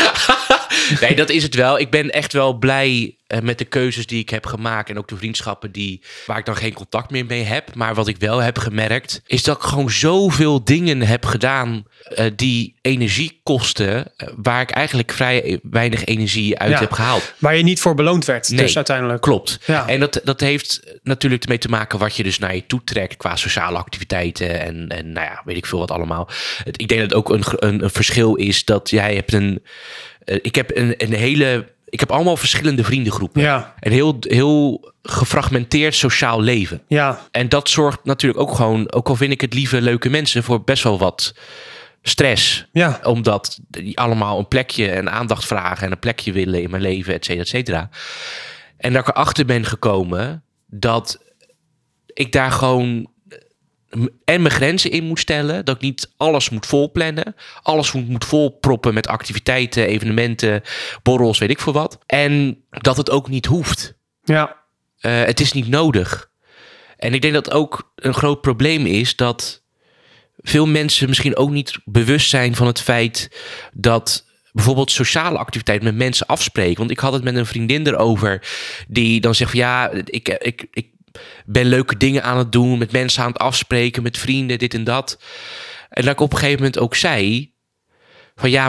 Nee, dat is het wel. Ik ben echt wel blij uh, met de keuzes die ik heb gemaakt en ook de vriendschappen die, waar ik dan geen contact meer mee heb. Maar wat ik wel heb gemerkt, is dat ik gewoon zoveel dingen heb gedaan uh, die energie kosten, uh, waar ik eigenlijk vrij weinig energie uit Ja. heb gehaald. Waar je niet voor beloond werd, Nee, dus uiteindelijk. Klopt. Ja. En dat, dat heeft natuurlijk ermee te maken wat je dus naar je toe trekt qua sociale activiteiten en, en nou ja, weet ik veel wat allemaal. Het, ik denk dat het ook een, een, een verschil is dat jij hebt een... Uh, ik heb een, een hele... Ik heb allemaal verschillende vriendengroepen. Ja. Een heel, heel gefragmenteerd sociaal leven. Ja, En dat zorgt natuurlijk ook gewoon, ook al vind ik het lieve leuke mensen, voor best wel wat stress. ja, Omdat die allemaal een plekje en aandacht vragen en een plekje willen in mijn leven, et cetera, et cetera. En dat ik erachter ben gekomen dat ik daar gewoon en mijn grenzen in moet stellen. Dat ik niet alles moet volplannen. Alles moet, moet volproppen met activiteiten, evenementen, borrels, weet ik veel wat. En dat het ook niet hoeft. ja, Uh, het is niet nodig. En ik denk dat ook een groot probleem is dat veel mensen misschien ook niet bewust zijn van het feit dat bijvoorbeeld sociale activiteiten met mensen afspreken. Want ik had het met een vriendin erover die dan zegt van ja, ik, ik, ik ben leuke dingen aan het doen, met mensen aan het afspreken, met vrienden, dit en dat. En dat ik op een gegeven moment ook zei van ja, maar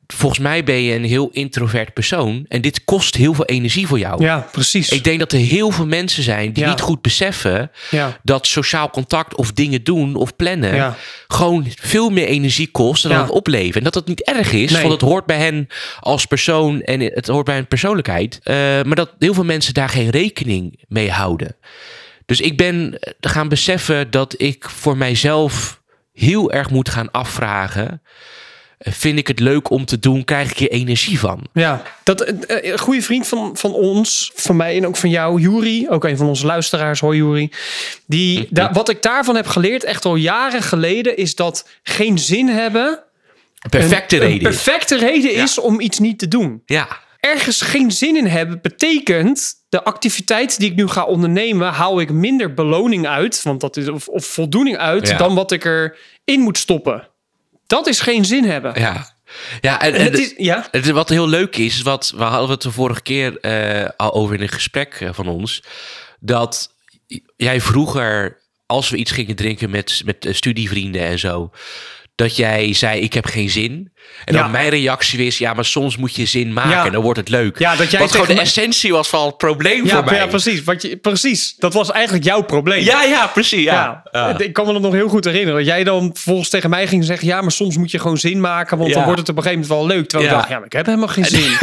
volgens mij ben je een heel introvert persoon. En dit kost heel veel energie voor jou. Ja, precies. Ik denk dat er heel veel mensen zijn die Ja. niet goed beseffen... Ja. dat sociaal contact of dingen doen of plannen... Ja. gewoon veel meer energie kost dan Ja. het opleveren. En dat dat niet erg is, Nee. want het hoort bij hen als persoon... en het hoort bij hun persoonlijkheid. Uh, maar dat heel veel mensen daar geen rekening mee houden. Dus ik ben gaan beseffen dat ik voor mijzelf heel erg moet gaan afvragen... Vind ik het leuk om te doen? Krijg ik hier energie van? Ja, dat, uh, een goede vriend van, van ons, van mij en ook van jou, Juri, ook een van onze luisteraars, hoi Juri. Die, mm-hmm. da, wat ik daarvan heb geleerd, echt al jaren geleden, is dat geen zin hebben... Een perfecte een, reden. Een perfecte reden ja. is om iets niet te doen. Ja. Ergens geen zin in hebben betekent... de activiteit die ik nu ga ondernemen... hou ik minder beloning uit, want dat is, of, of voldoening uit... Ja. dan wat ik erin moet stoppen. Dat is geen zin hebben. Ja, ja en, en, en het is, ja? Het, wat heel leuk is, is wat we hadden het de vorige keer uh, al over in een gesprek van ons, dat jij vroeger, als we iets gingen drinken met, met studievrienden en zo, dat jij zei, ik heb geen zin. En ja. dan mijn reactie is, ja, maar soms moet je zin maken ja. en dan wordt het leuk. Ja, dat jij wat gewoon de mij... essentie was van het probleem ja, voor mij. Ja, precies. Wat je, precies. Dat was eigenlijk jouw probleem. Ja, ja, precies. Ja. Ja. Ja. Ik kan me dat nog heel goed herinneren. Dat jij dan volgens tegen mij ging zeggen, ja, maar soms moet je gewoon zin maken, want ja. dan wordt het op een gegeven moment wel leuk. Terwijl ja. ik dacht, ja, maar ik heb helemaal geen zin.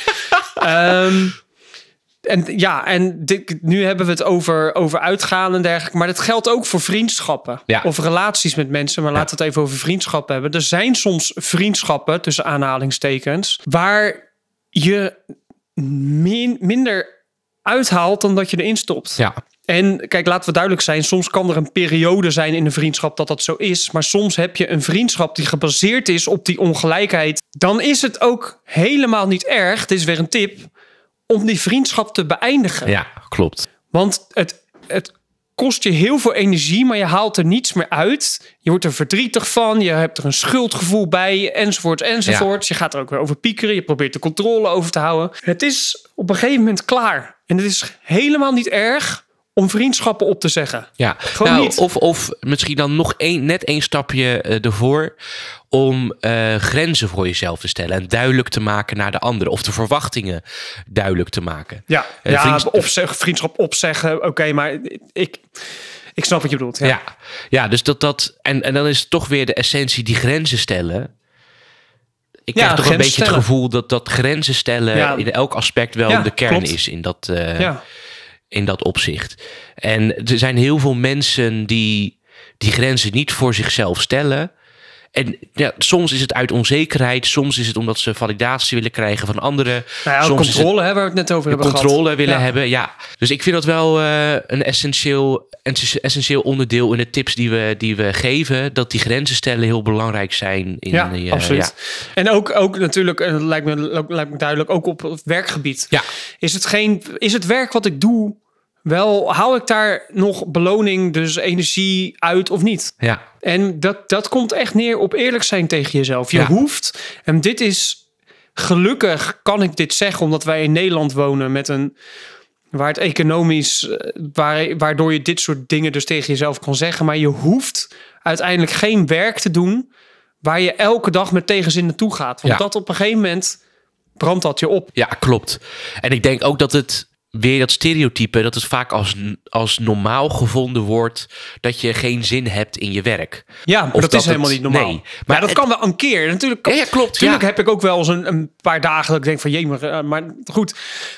um, En ja, en dit, nu hebben we het over, over uitgaan en dergelijke. Maar dat geldt ook voor vriendschappen. Ja. Of relaties met mensen. Maar ja. laten we het even over vriendschappen hebben. Er zijn soms vriendschappen, tussen aanhalingstekens, waar je min, minder uithaalt dan dat je erin stopt. Ja. En kijk, laten we duidelijk zijn. Soms kan er een periode zijn in een vriendschap dat dat zo is. Maar soms heb je een vriendschap die gebaseerd is op die ongelijkheid. Dan is het ook helemaal niet erg. Het is weer een tip om die vriendschap te beëindigen. Ja, klopt. Want het, het kost je heel veel energie, maar je haalt er niets meer uit. Je wordt er verdrietig van, je hebt er een schuldgevoel bij, enzovoort, enzovoort. Ja. Je gaat er ook weer over piekeren, je probeert de controle over te houden. Het is op een gegeven moment klaar. En het is helemaal niet erg om vriendschappen op te zeggen. Ja, Gewoon nou, niet. Of, of misschien dan nog één, net één stapje uh, ervoor om uh, grenzen voor jezelf te stellen en duidelijk te maken naar de ander, of de verwachtingen duidelijk te maken. Ja, uh, ja vriends... opzeg, vriendschap opzeggen, oké, okay, maar ik, ik snap wat je bedoelt. Ja, ja, ja dus dat, dat en, en dan is het toch weer de essentie, die grenzen stellen. Ik krijg ja, toch een beetje stellen. Het gevoel dat dat grenzen stellen ja. in elk aspect wel ja, de kern klopt. Is in dat... Uh, ja. in dat opzicht. En er zijn heel veel mensen die die grenzen niet voor zichzelf stellen. En ja, soms is het uit onzekerheid, soms is het omdat ze validatie willen krijgen van anderen. Nou ja, soms controle hebben waar we het net over hebben controle gehad. willen ja. hebben, ja. Dus ik vind dat wel uh, een essentieel, essentieel onderdeel in de tips die we, die we geven. Dat die grenzen stellen heel belangrijk zijn. In, ja, uh, absoluut. Ja. En ook, ook natuurlijk, uh, lijkt, me, lijkt me duidelijk, ook op het werkgebied. Ja. Is het geen, is het werk wat ik doe, wel, hou ik daar nog beloning, dus energie uit of niet? Ja. En dat, dat komt echt neer op eerlijk zijn tegen jezelf. Je ja. hoeft, en dit is, gelukkig kan ik dit zeggen, omdat wij in Nederland wonen met een, waar het economisch, waar, waardoor je dit soort dingen dus tegen jezelf kan zeggen. Maar je hoeft uiteindelijk geen werk te doen waar je elke dag met tegenzin naartoe gaat. Want ja. dat op een gegeven moment brandt dat je op. Ja, klopt. En ik denk ook dat het, weer dat stereotype, dat het vaak als, als normaal gevonden wordt dat je geen zin hebt in je werk. Ja, maar of dat, dat is helemaal het, niet normaal. Nee, maar maar dat het, kan wel een keer. Natuurlijk, ja, ja, klopt. Natuurlijk ja. heb ik ook wel eens een, een paar dagen dat ik denk van jee, maar, maar goed.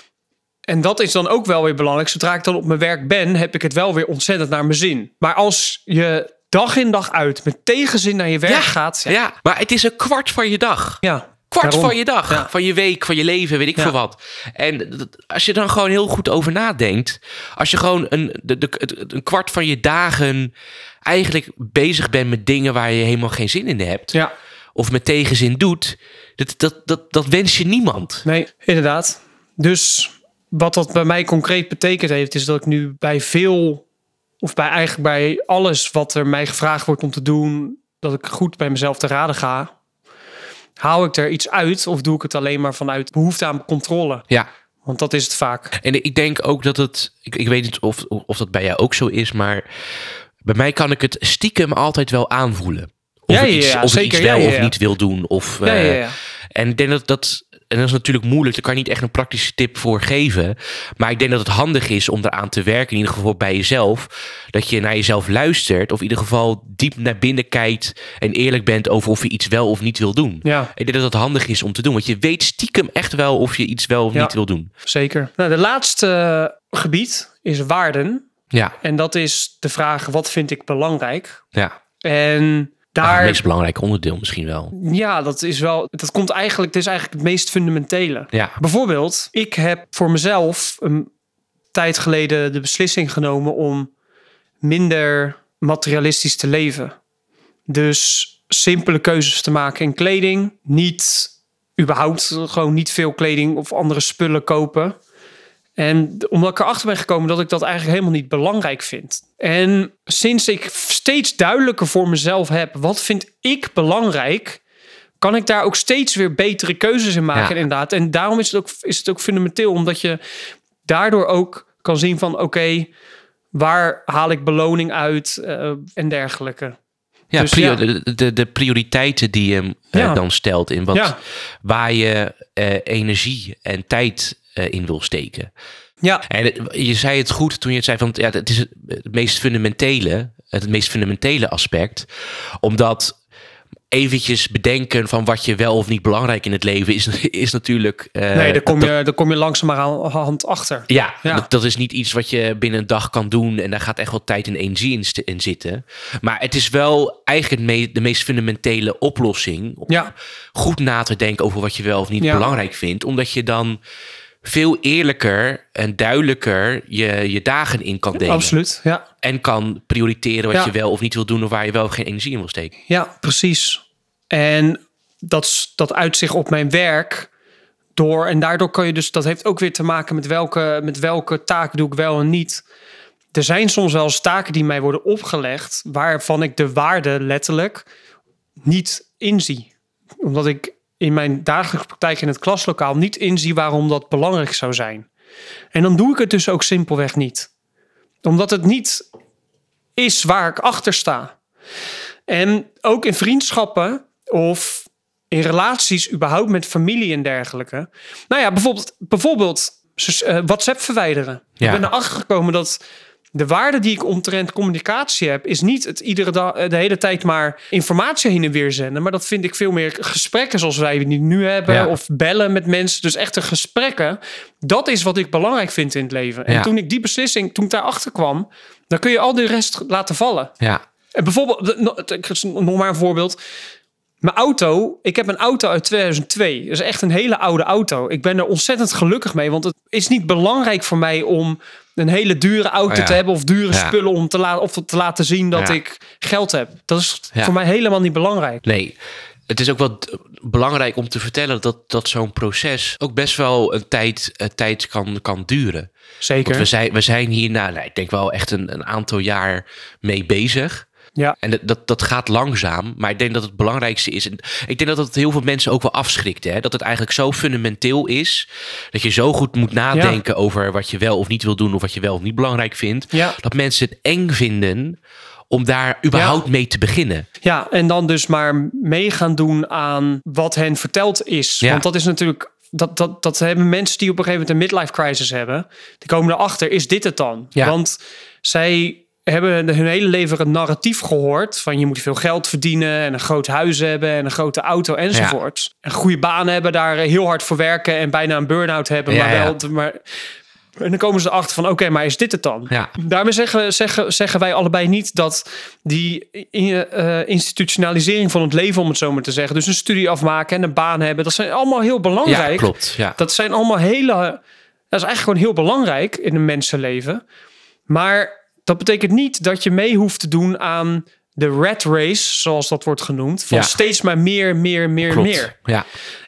En dat is dan ook wel weer belangrijk. Zodra ik dan op mijn werk ben, heb ik het wel weer ontzettend naar mijn zin. Maar als je dag in dag uit met tegenzin naar je werk ja, gaat. Ja. ja, maar het is een kwart van je dag. Ja. Kwart Daarom. van je dag, ja. van je week, van je leven, weet ik ja. veel wat. En als je dan gewoon heel goed over nadenkt, als je gewoon een, de, de, een kwart van je dagen eigenlijk bezig bent met dingen waar je helemaal geen zin in hebt, ja. of met tegenzin doet, dat, dat, dat, dat wens je niemand. Nee, inderdaad. Dus wat dat bij mij concreet betekent heeft, is dat ik nu bij veel, of bij eigenlijk bij alles wat er mij gevraagd wordt om te doen, dat ik goed bij mezelf te raden ga. Hou ik er iets uit of doe ik het alleen maar vanuit behoefte aan controle? Ja. Want dat is het vaak. En ik denk ook dat het, ik, ik weet niet of, of dat bij jou ook zo is, maar bij mij kan ik het stiekem altijd wel aanvoelen. Of ja, ik iets, ja, ja, of zeker, ik iets wel ja, ja, ja. of niet wil doen. Of, ja, ja, ja. En ik denk dat dat... En dat is natuurlijk moeilijk, daar kan je niet echt een praktische tip voor geven. Maar ik denk dat het handig is om eraan te werken, in ieder geval bij jezelf. Dat je naar jezelf luistert, of in ieder geval diep naar binnen kijkt en eerlijk bent over of je iets wel of niet wil doen. Ja. Ik denk dat dat handig is om te doen, want je weet stiekem echt wel of je iets wel of Ja, niet wil doen. Zeker. Nou, de laatste gebied is waarden. Ja, En dat is de vraag, wat vind ik belangrijk? ja. En daar... Het meest belangrijke onderdeel misschien wel. Ja, dat is wel... Dat komt eigenlijk... Het is eigenlijk het meest fundamentele. Ja. Bijvoorbeeld, ik heb voor mezelf een tijd geleden de beslissing genomen om minder materialistisch te leven. Dus simpele keuzes te maken in kleding. Niet überhaupt gewoon niet veel kleding of andere spullen kopen. En omdat ik erachter ben gekomen dat ik dat eigenlijk helemaal niet belangrijk vind. En sinds ik steeds duidelijker voor mezelf heb, wat vind ik belangrijk, kan ik daar ook steeds weer betere keuzes in maken, Ja. inderdaad. En daarom is het ook, is het ook fundamenteel, omdat je daardoor ook kan zien van, oké, okay, waar haal ik beloning uit uh, en dergelijke. Ja, Dus prior- ja. De, de, de prioriteiten die je uh, Ja. dan stelt in wat, Ja. waar je uh, energie en tijd uh, in wil steken. Ja, En het- je zei het goed toen je het zei van ja, het is het, het meest fundamentele, het meest fundamentele aspect, omdat eventjes bedenken van wat je wel of niet belangrijk in het leven is, is natuurlijk. Uh, nee, daar kom, dat- je, daar kom je langzamerhand achter. Ja, Ja. Dat, dat is niet iets wat je binnen een dag kan doen. En daar gaat echt wel tijd en energie in, st- in zitten. Maar het is wel eigenlijk het me- de meest fundamentele oplossing. Om Ja. goed na te denken over wat je wel of niet Ja. belangrijk vindt. Omdat je dan veel eerlijker en duidelijker je, je dagen in kan delen. Absoluut, ja. En kan prioriteren wat Ja. je wel of niet wil doen. Of waar je wel of geen energie in wil steken. Ja, precies. En dat, s- dat uit zich op mijn werk door. En daardoor kan je dus, dat heeft ook weer te maken met welke, met welke taak doe ik wel en niet. Er zijn soms wel eens taken die mij worden opgelegd, waarvan ik de waarde letterlijk niet inzie. Omdat ik in mijn dagelijkse praktijk in het klaslokaal niet inzie waarom dat belangrijk zou zijn. En dan doe ik het dus ook simpelweg niet. Omdat het niet is waar ik achter sta. En ook in vriendschappen of in relaties, überhaupt met familie en dergelijke. Nou ja, bijvoorbeeld, bijvoorbeeld uh, WhatsApp verwijderen. Ja. Ik ben erachter gekomen dat de waarde die ik omtrent communicatie heb, is niet het iedere dag, de hele tijd maar informatie heen en weer zenden. Maar dat vind ik veel meer gesprekken zoals wij die nu hebben. Ja. Of bellen met mensen. Dus echte gesprekken. Dat is wat ik belangrijk vind in het leven. En Ja. toen ik die beslissing, toen ik daarachter kwam, dan kun je al de rest laten vallen. Ja, En bijvoorbeeld, nog maar een voorbeeld. Mijn auto, ik heb een auto uit tweeduizend twee. Dat is echt een hele oude auto. Ik ben er ontzettend gelukkig mee. Want het is niet belangrijk voor mij om een hele dure auto Oh ja. te hebben. Of dure Ja. spullen om te, la- of te laten zien dat Ja. ik geld heb. Dat is Ja. voor mij helemaal niet belangrijk. nee. Het is ook wel d- belangrijk om te vertellen dat, dat zo'n proces ook best wel een tijd, een tijd kan, kan duren. Zeker. Want we zijn, we zijn hier, nou, nou, ik denk wel echt een, een aantal jaar mee bezig. Ja. En dat, dat, dat gaat langzaam, maar ik denk dat het belangrijkste is. En ik denk dat het heel veel mensen ook wel afschrikt. Hè? Dat het eigenlijk zo fundamenteel is. Dat je zo goed moet nadenken over wat je wel of niet wil doen. Of wat je wel of niet belangrijk vindt. Ja. Dat mensen het eng vinden om daar überhaupt Ja. mee te beginnen. Ja, en dan dus maar mee gaan doen aan wat hen verteld is. Ja. Want dat is natuurlijk... Dat, dat, dat hebben mensen die op een gegeven moment een midlife crisis hebben. Die komen erachter, is dit het dan? Ja. Want zij hebben hun hele leven een narratief gehoord van je moet veel geld verdienen en een groot huis hebben en een grote auto enzovoort. Een goede baan hebben, daar heel hard voor werken en bijna een burn-out hebben. Ja, maar wel, ja. maar en dan komen ze erachter van, oké, okay, maar is dit het dan? Ja. Daarmee zeggen, zeggen, zeggen wij allebei niet dat die uh, institutionalisering van het leven, om het zo maar te zeggen, dus een studie afmaken en een baan hebben, dat zijn allemaal heel belangrijk. Ja, klopt. Ja. Dat zijn allemaal hele... Dat is eigenlijk gewoon heel belangrijk in een mensenleven. Maar dat betekent niet dat je mee hoeft te doen aan de rat race, zoals dat wordt genoemd. Van Ja. steeds maar meer, meer, meer, Klopt. meer. Ja.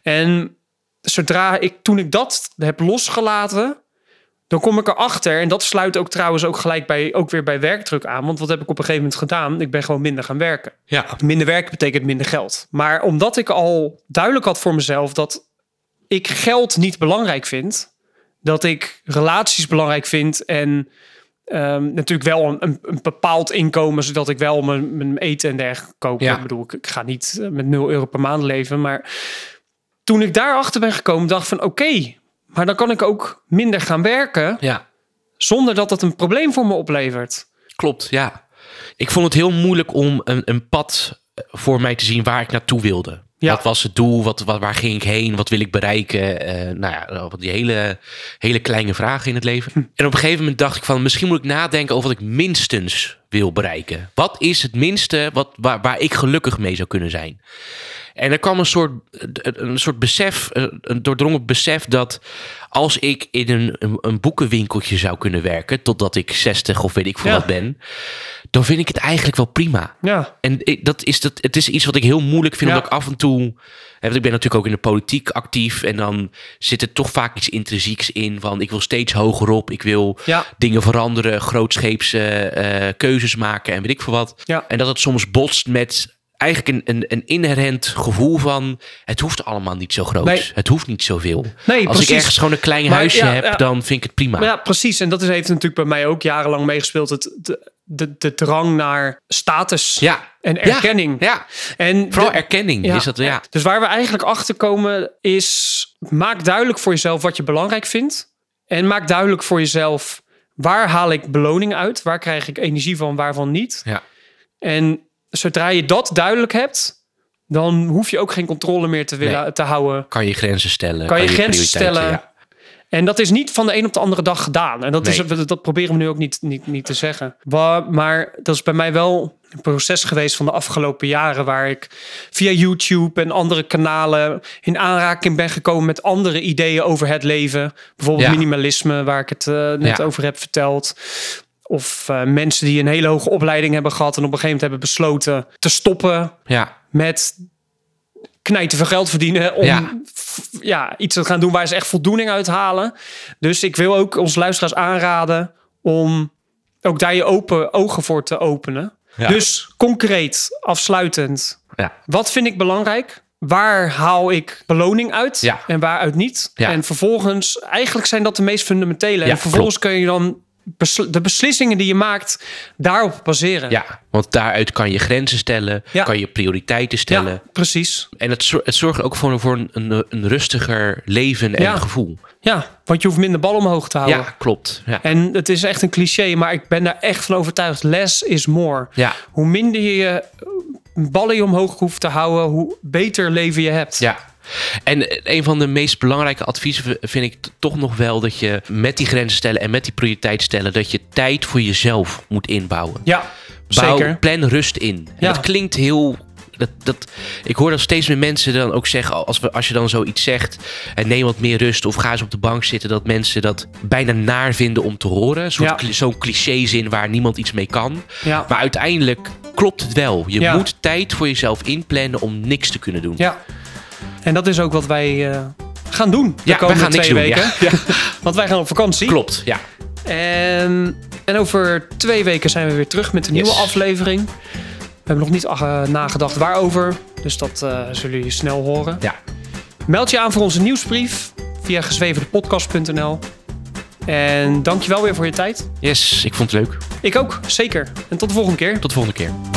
En zodra ik, toen ik dat heb losgelaten, dan kom ik erachter. En dat sluit ook trouwens ook gelijk bij, ook weer bij werkdruk aan. Want wat heb ik op een gegeven moment gedaan? Ik ben gewoon minder gaan werken. Ja. Minder werken betekent minder geld. Maar omdat ik al duidelijk had voor mezelf dat ik geld niet belangrijk vind, dat ik relaties belangrijk vind en um, natuurlijk wel een, een, een bepaald inkomen, zodat ik wel mijn, mijn eten en dergelijke koop. Ja. Ik bedoel, ik, ik ga niet met nul euro per maand leven, maar toen ik daarachter ben gekomen, dacht van oké, okay, maar dan kan ik ook minder gaan werken. Ja. Zonder dat dat een probleem voor me oplevert. Klopt, ja. Ik vond het heel moeilijk om een, een pad voor mij te zien waar ik naartoe wilde. Ja. Wat was het doel? Wat, wat, waar ging ik heen? Wat wil ik bereiken? Uh, nou ja, die hele, hele kleine vragen in het leven. Hm. En op een gegeven moment dacht ik van, misschien moet ik nadenken over wat ik minstens wil bereiken. Wat is het minste wat, waar, waar ik gelukkig mee zou kunnen zijn? En er kwam een soort, een soort besef, een doordrongen besef dat als ik in een, een, een boekenwinkeltje zou kunnen werken, totdat ik zestig of weet ik veel ja. wat ben, dan vind ik het eigenlijk wel prima. Ja. En ik, dat is dat, het is iets wat ik heel moeilijk vind, ja. omdat ik af en toe, want ik ben natuurlijk ook in de politiek actief en dan zit er toch vaak iets intrinsieks in van ik wil steeds hoger op, ik wil ja. dingen veranderen, grootscheepse uh, keuzes maken en weet ik veel wat. Ja. En dat het soms botst met eigenlijk een, een, een inherent gevoel van het hoeft allemaal niet zo groot. Nee. Het hoeft niet zoveel. Nee, Als precies. ik ergens gewoon een klein maar, huisje ja, heb, ja. dan vind ik het prima. Maar ja, precies. En dat is, heeft natuurlijk bij mij ook jarenlang meegespeeld. Het, de, de, de drang naar status ja. en erkenning. Ja, ja. En vooral de, erkenning. Ja. Is dat, ja. Dus waar we eigenlijk achter komen is, maak duidelijk voor jezelf wat je belangrijk vindt. En maak duidelijk voor jezelf, waar haal ik beloning uit? Waar krijg ik energie van, waarvan niet? Ja. En zodra je dat duidelijk hebt, dan hoef je ook geen controle meer te willen nee. te houden. Kan je grenzen stellen. Kan, kan je, je grenzen stellen. Ja. En dat is niet van de een op de andere dag gedaan. En dat, nee. is, dat proberen we nu ook niet, niet, niet te zeggen. Maar dat is bij mij wel een proces geweest van de afgelopen jaren, waar ik via YouTube en andere kanalen in aanraking ben gekomen met andere ideeën over het leven. Bijvoorbeeld ja. minimalisme, waar ik het uh, net ja. over heb verteld. Of uh, mensen die een hele hoge opleiding hebben gehad en op een gegeven moment hebben besloten te stoppen ja. met knijten veel geld verdienen om ja. f- ja, iets te gaan doen waar ze echt voldoening uit halen. Dus ik wil ook onze luisteraars aanraden om ook daar je open ogen voor te openen. Ja. Dus concreet, afsluitend. Ja. Wat vind ik belangrijk? Waar haal ik beloning uit ja. en waaruit niet? Ja. En vervolgens, eigenlijk zijn dat de meest fundamentele. Ja, en vervolgens klopt. kun je dan besl- de beslissingen die je maakt daarop baseren. Ja, want daaruit kan je grenzen stellen, ja. kan je prioriteiten stellen. Ja, precies. En het, zor- het zorgt ook voor, voor een, een, een rustiger leven en ja. gevoel. Ja, want je hoeft minder bal omhoog te houden. Ja, klopt. Ja. En het is echt een cliché, maar ik ben daar echt van overtuigd. Less is more. Ja. Hoe minder je je ballen omhoog hoeft te houden, hoe beter leven je hebt. Ja. En een van de meest belangrijke adviezen vind ik t- toch nog wel dat je met die grenzen stellen en met die prioriteit stellen, dat je tijd voor jezelf moet inbouwen. Ja, Bouw, zeker. Plan rust in. Ja. Dat klinkt heel... Dat, dat, ik hoor dat steeds meer mensen dan ook zeggen, als, we, als je dan zoiets zegt, en neem wat meer rust of ga eens op de bank zitten, dat mensen dat bijna naar vinden om te horen. Een soort Ja. cli- zo'n clichézin waar niemand iets mee kan. Ja. Maar uiteindelijk klopt het wel. Je Ja. moet tijd voor jezelf inplannen om niks te kunnen doen. Ja. En dat is ook wat wij uh, gaan doen de Ja, komende wij gaan twee niks doen, weken. ja. Ja. Want wij gaan op vakantie. Klopt, ja. En, en over twee weken zijn we weer terug met een Yes. nieuwe aflevering. We hebben nog niet uh, nagedacht waarover. Dus dat uh, zullen jullie snel horen. Ja. Meld je aan voor onze nieuwsbrief via gezwevendepodcast punt n l. En dankjewel weer voor je tijd. Yes, ik vond het leuk. Ik ook, zeker. En tot de volgende keer. Tot de volgende keer.